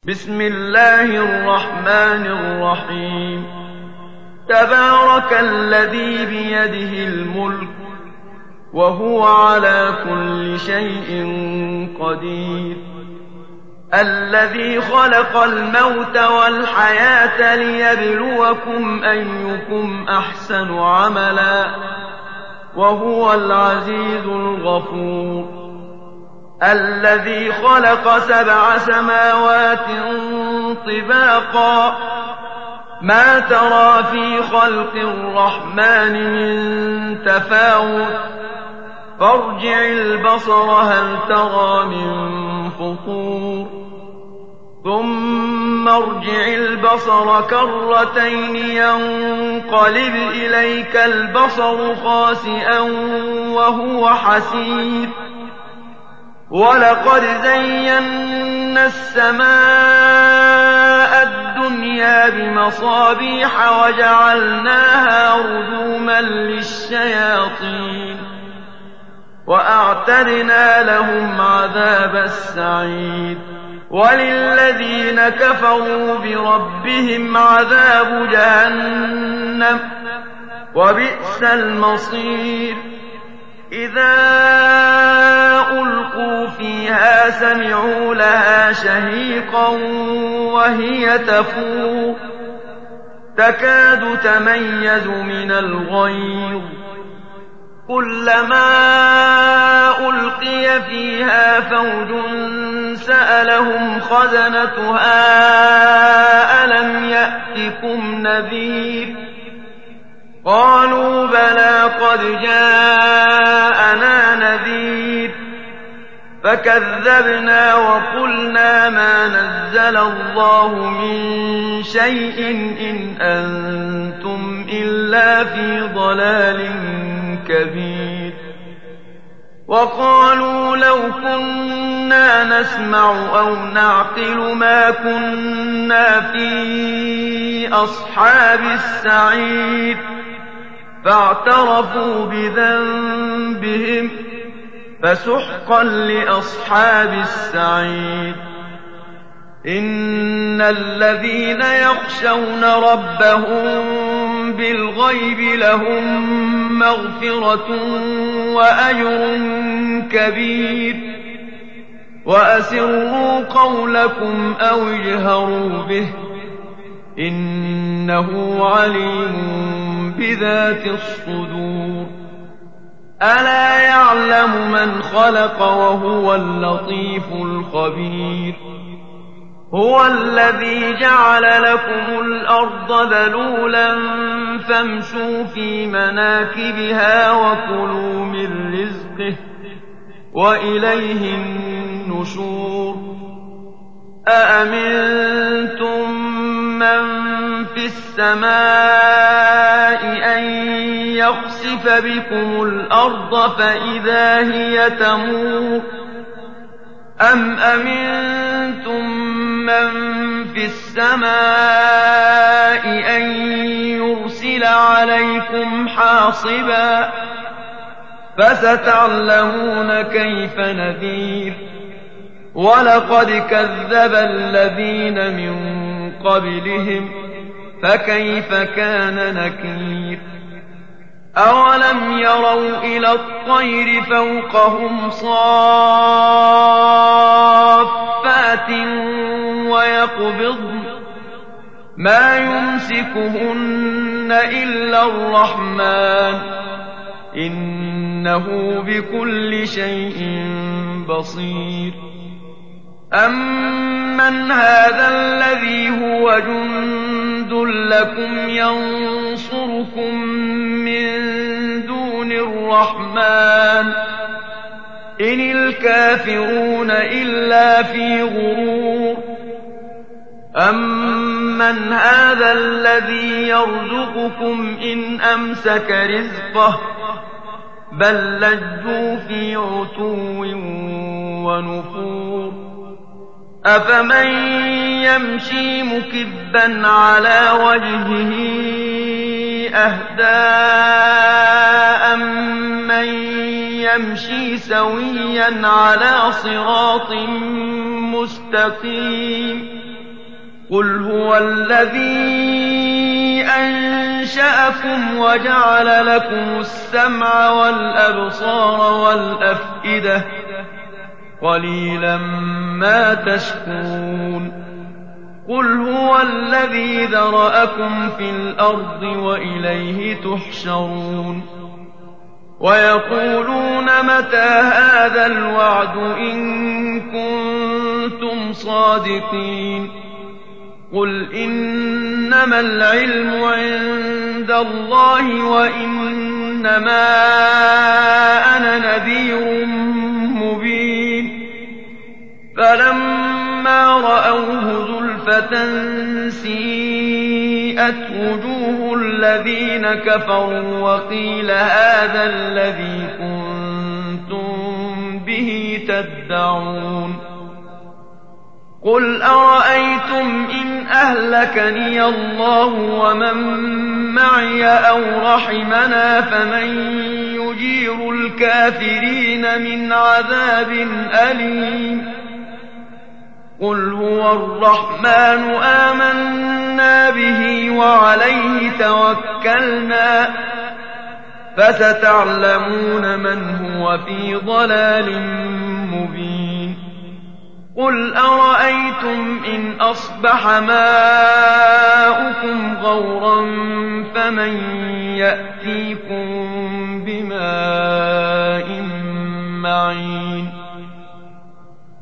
بسم الله الرحمن الرحيم. تبارك الذي بيده الملك وهو على كل شيء قدير. الذي خلق الموت والحياة ليبلوكم أيكم أحسن عملا وهو العزيز الغفور. الذي خلق 7 سماوات طباقا ما ترى في خلق الرحمن من تفاوت فارجع البصر هل ترى من فطور ثم ارجع البصر كرتين ينقلب إليك البصر خاسئا وهو حسير. ولقد زينا السماء الدنيا بمصابيح وجعلناها رجوما للشياطين وأعتدنا لهم عذاب السعير. وللذين كفروا بربهم عذاب جهنم وبئس المصير. إذا ألقوا فيها سمعوا لها شهيقا وهي تفور تكاد تميز من الغيظ كلما ألقي فيها فوج سألهم خزنتها ألم يأتكم نذير قالوا بلى قد جاءنا نذير فكذبنا وقلنا ما نزل الله من شيء إن أنتم إلا في ضلال كبير. وقالوا لو كنا نسمع أو نعقل ما كنا في أصحاب السعير فاعترفوا بذنبهم فسحقا لأصحاب السعير. إن الذين يخشون ربهم بالغيب لهم مغفرة وأجر كبير. وأسروا قولكم أو اجهروا به إنه عليم بذات الصدور. ألا يعلم من خلق وهو اللطيف الخبير. هو الذي جعل لكم الأرض ذلولا فامشوا في مناكبها وكلوا من رزقه وإليه النشور. أأمنتم من في السماء أن يخسف بكم الأرض فإذا هي تمور أم أمنتم من في السماء أن يرسل عليكم حاصبا فستعلمون كيف نذير. ولقد كذب الذين من قبلهم فكيف كان نكير. أولم يروا إلى الطير فوقهم صافات ويقبضن ما يمسكهن إلا الرحمن إنه بكل شيء بصير. أمن هذا الذي هو جند لكم ينصركم من دون الرحمن إن الكافرون إلا في غرور. أمن هذا الذي يرزقكم إن أمسك رزقه بل لجوا في عتو ونفور. أفمن يمشي مكبا على وجهه أهدى أمن يمشي سويا على صراط مستقيم قل هو الذي أنشأكم وجعل لكم السمع والأبصار والأفئدة قليلا ما تشكرون قل هو الذي ذرأكم في الأرض وإليه تحشرون ويقولون متى هذا الوعد إن كنتم صادقين قل إنما العلم عند الله وإنما أنا نذير مبين فلما رأوه زلفة سيئت وجوه الذين كفروا وقيل هذا الذي كنتم به تدعون قل أرأيتم إن أهلكني الله ومن معي أو رحمنا فمن يجير الكافرين من عذاب أليم قل هو الرحمن آمنا به وعليه توكلنا فستعلمون من هو في ضلال مبين قل أرأيتم إن أصبح ماؤكم غورا فمن يأتيكم